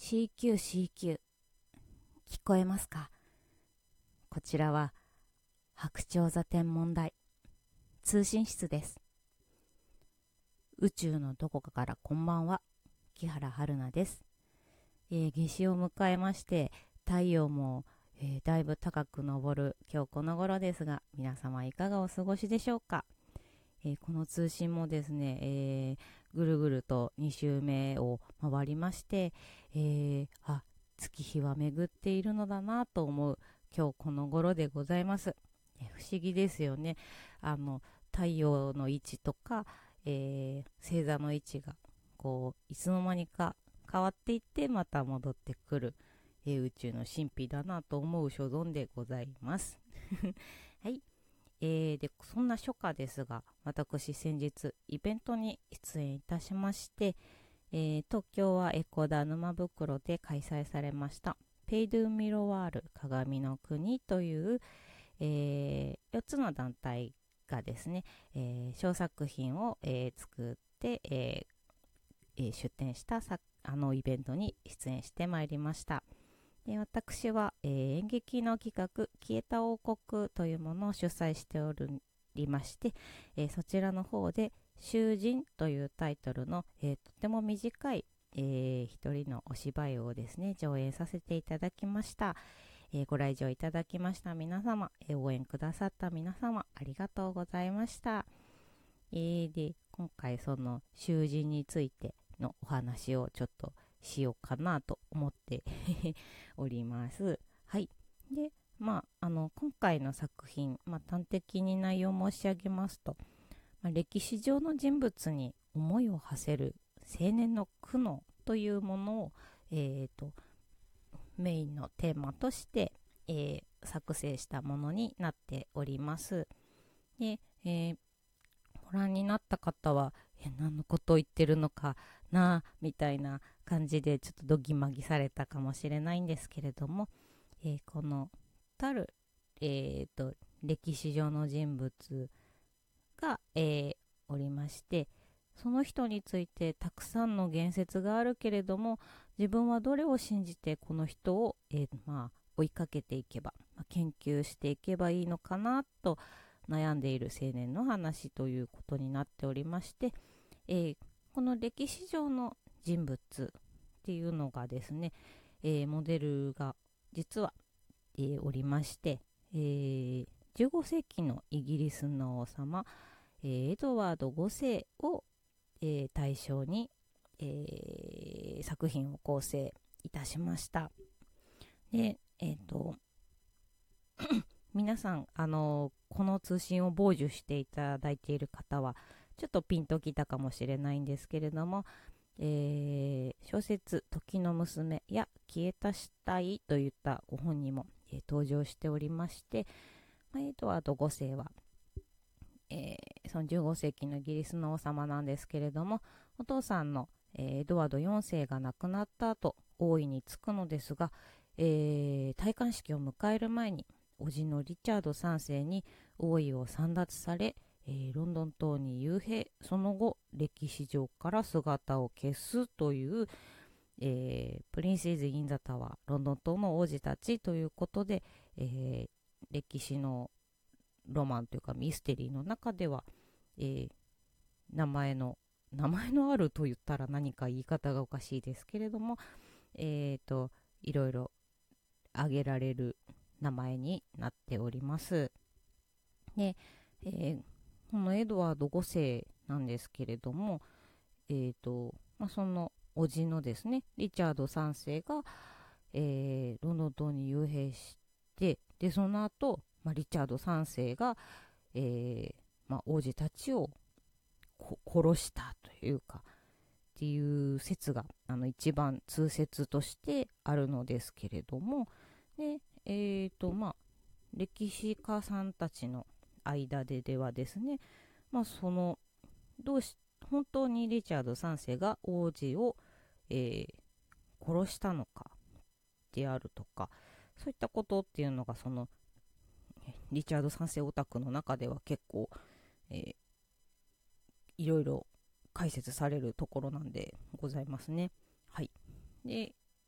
CQCQ 聞こえますか？こちらは白鳥座天文台通信室です。宇宙のどこかからこんばんは、木原春菜です。夏至を迎えまして、太陽も、だいぶ高く昇る今日この頃ですが、皆様いかがお過ごしでしょうか？この通信もですね、ぐるぐると2週目を回りまして、月日は巡っているのだなと思う今日この頃でございます。不思議ですよね。太陽の位置とか、星座の位置がいつの間にか変わっていってまた戻ってくる、宇宙の神秘だなと思う所存でございます。はい。でそんな初夏ですが、私先日イベントに出演いたしまして、東京はエコダ沼袋で開催されましたペイドゥミロワール鏡の国という、4つの団体がですね、小作品を、作って、出展したイベントに出演してまいりました。で私は、演劇の企画消えた王国というものを主催しておりまして、そちらの方で囚人というタイトルの、とても短い、一人のお芝居をですね上演させていただきました。ご来場いただきました皆様、応援くださった皆様ありがとうございました。で今回その囚人についてのお話をちょっとしようかなと思っております。はい。で、今回の作品、端的に内容を申し上げますと、歴史上の人物に思いを馳せる青年の苦悩というものを、メインのテーマとして、作成したものになっております。で、ご覧になった方は何のことを言ってるのかなみたいな感じでちょっとどぎまぎされたかもしれないんですけれども、このたる、歴史上の人物が、おりまして、その人についてたくさんの言説があるけれども、自分はどれを信じてこの人を、追いかけていけば、研究していけばいいのかなと悩んでいる青年の話ということになっておりまして、この歴史上の人物っていうのがですね、モデルが実は、おりまして、15世紀のイギリスの王様、エドワード5世を、対象に、作品を構成いたしました。で、皆さん、この通信を傍受していただいている方はちょっとピンときたかもしれないんですけれども、小説「時の娘」や「消えた死体」といったご本にも、登場しておりまして、エドワード5世は、その15世紀のイギリスの王様なんですけれども、お父さんの、エドワード4世が亡くなった後王位に就くのですが、戴冠式を迎える前に叔父のリチャード3世に王位を簒奪され、ロンドン島に幽閉、その後歴史上から姿を消すという、プリンセス・イン・ザ・タワー、ロンドン島の王子たちということで、歴史のロマンというかミステリーの中では、名前のあると言ったら何か言い方がおかしいですけれども、いろいろ挙げられる名前になっております。で、このエドワード5世なんですけれども、その叔父のですねリチャード3世が、ロンドン島に幽閉して、でその後、リチャード3世が、王子たちを殺したというかっていう説が一番通説としてあるのですけれども、で歴史家さんたちの間ではですね、そのどうし本当にリチャード3世が王子を、殺したのかであるとか、そういったことっていうのがそのリチャード3世オタクの中では結構、いろいろ解説されるところなんでございますね。はい。で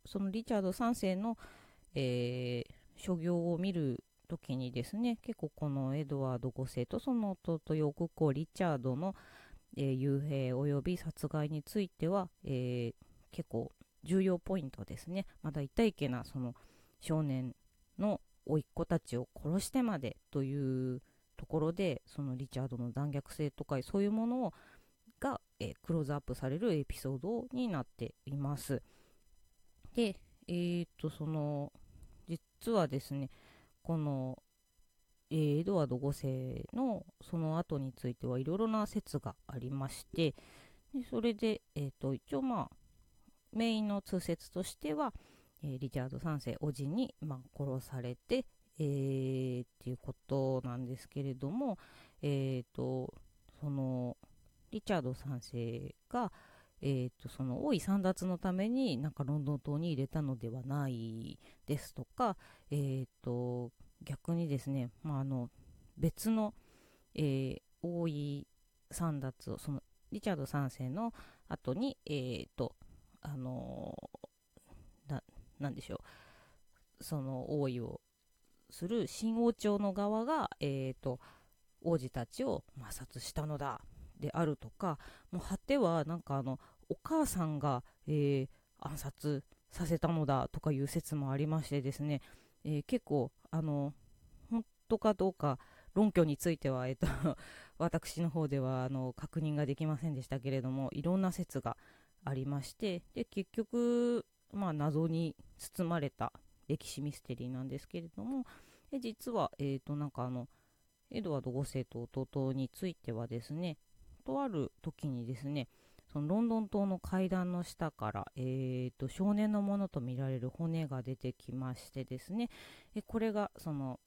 そのリチャード3世の、所業を見る時にですね、結構このエドワード5世とその弟ヨーク公リチャードの、幽閉及び殺害については、結構重要ポイントですね。まだ痛いけなその少年の甥っ子たちを殺してまでというところで、そのリチャードの残虐性とかそういうものが、クローズアップされるエピソードになっています。で、その実はですね、この、エドワード5世のその後についてはいろいろな説がありまして、でそれで、一応メインの通説としては、リチャード3世叔父に、殺されて、っていうことなんですけれども、そのリチャード3世が、その王位簒奪のためになんかロンドン島に入れたのではないですとか、逆にですね、別の、王位簒奪をそのリチャード3世の後に、あのなんでしょう、その王位をする新王朝の側が、王子たちを抹殺したのだであるとか、もう果てはなんかお母さんが、暗殺させたのだとかいう説もありましてですね、結構本当かどうか論拠については、私の方では確認ができませんでしたけれども、いろんな説がありまして、で結局、謎に包まれた歴史ミステリーなんですけれども、実は、なんかエドワード5世と弟についてはですね、とある時にですね、そのロンドン島の階段の下から、少年のものとみられる骨が出てきましてですね、これがその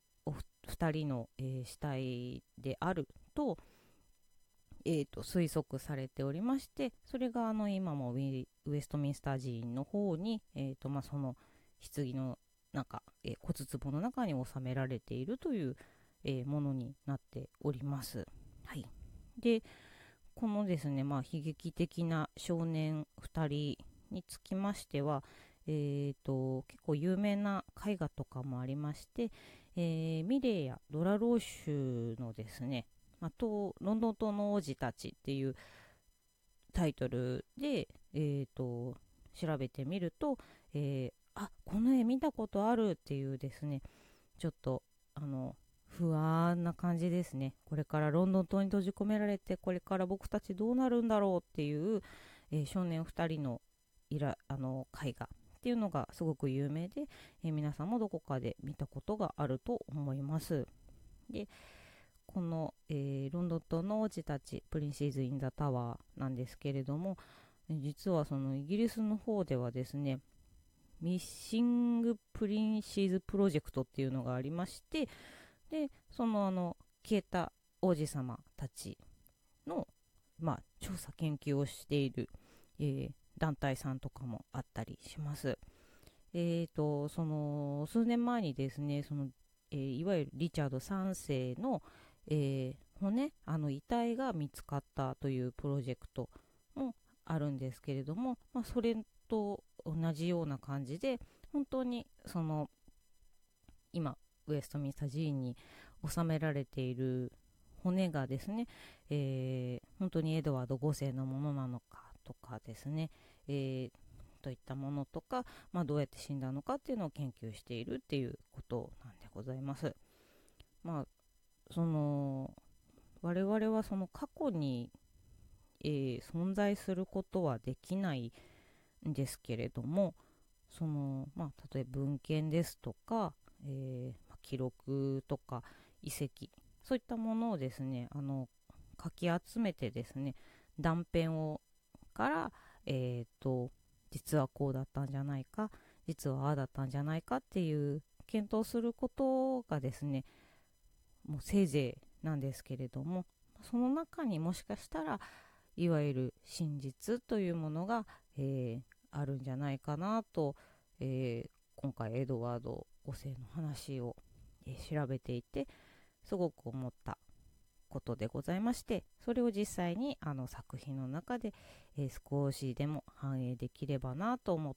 2人の、死体であると、推測されておりまして、それが今もウェストミンスター寺院の方に、その棺の中、骨壺の中に収められているという、ものになっております。はい、でこのですね、悲劇的な少年2人につきましては、結構有名な絵画とかもありまして、ミレーやドラローシュのですね、ロンドン島の王子たちっていうタイトルで、調べてみると、この絵見たことあるっていうですね、ちょっと不安な感じですね。これからロンドン島に閉じ込められて、これから僕たちどうなるんだろうっていう、少年2人の絵画っていうのがすごく有名で、皆さんもどこかで見たことがあると思います。でこの、ロンドン島の王子たちプリンシーズ・イン・ザ・タワーなんですけれども、実はそのイギリスの方ではですね、ミッシング・プリンシーズ・プロジェクトっていうのがありまして、でその消えた王子様たちの、調査研究をしている、団体さんとかもあったりします。その数年前にですね、その、いわゆるリチャード3世の、骨、遺体が見つかったというプロジェクトもあるんですけれども、それと同じような感じで、本当にその今ウエストミンスター寺院に収められている骨がですね、本当にエドワード5世のものなのかとかですね、といったものとか、どうやって死んだのかっていうのを研究しているっていうことなんでございます。その我々はその過去に、存在することはできないんですけれども、その例えば文献ですとか、記録とか遺跡、そういったものをですね、かき集めてですね、断片をから、実はこうだったんじゃないか、実はああだったんじゃないかっていう検討することがですね、もうせいぜいなんですけれども、その中にもしかしたらいわゆる真実というものが、あるんじゃないかなと、今回エドワード5世の話を、調べていてすごく思ったことでございまして、それを実際に作品の中で、少しでも反映できればなと思っ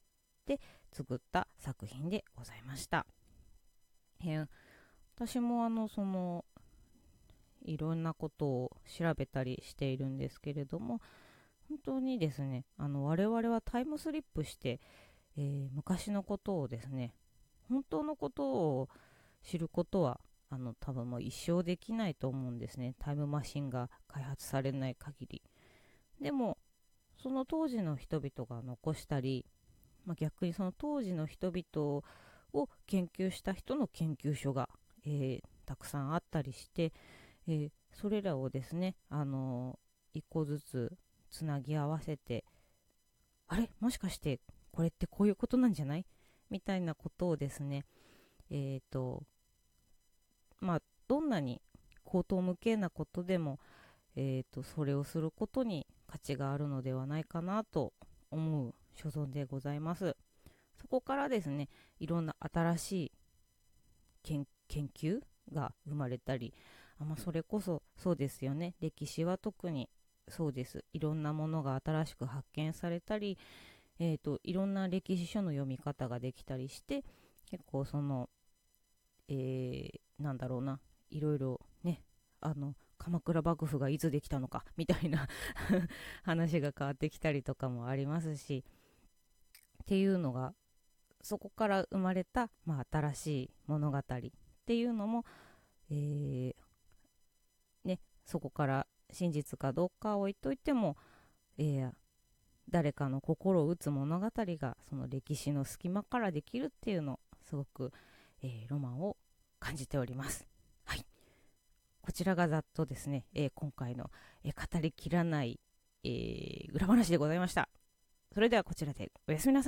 して作った作品でございました。私もいろんなことを調べたりしているんですけれども、本当にですね、我々はタイムスリップして、昔のことをですね、本当のことを知ることは多分もう一生できないと思うんですね。タイムマシンが開発されない限り。でもその当時の人々が残したり、逆にその当時の人々を研究した人の研究所が、たくさんあったりして、それらをですね、一個ずつつなぎ合わせて、あれもしかしてこれってこういうことなんじゃないみたいなことをですね、どんなに荒唐無稽なことでも、それをすることに価値があるのではないかなと思う所存でございます。そこからですね、いろんな新しい研究が生まれたり、それこそそうですよね。歴史は特にそうです。いろんなものが新しく発見されたり、いろんな歴史書の読み方ができたりして、結構なんだろうな、いろいろね、鎌倉幕府がいつできたのかみたいな話が変わってきたりとかもありますし、っていうのがそこから生まれた、新しい物語っていうのも、そこから真実かどうかは置いといても、誰かの心を打つ物語がその歴史の隙間からできるっていうのすごく、ロマンを感じております。はい、こちらがざっとですね、今回の、語りきらない、裏話でございました。それではこちらでおやすみなさい。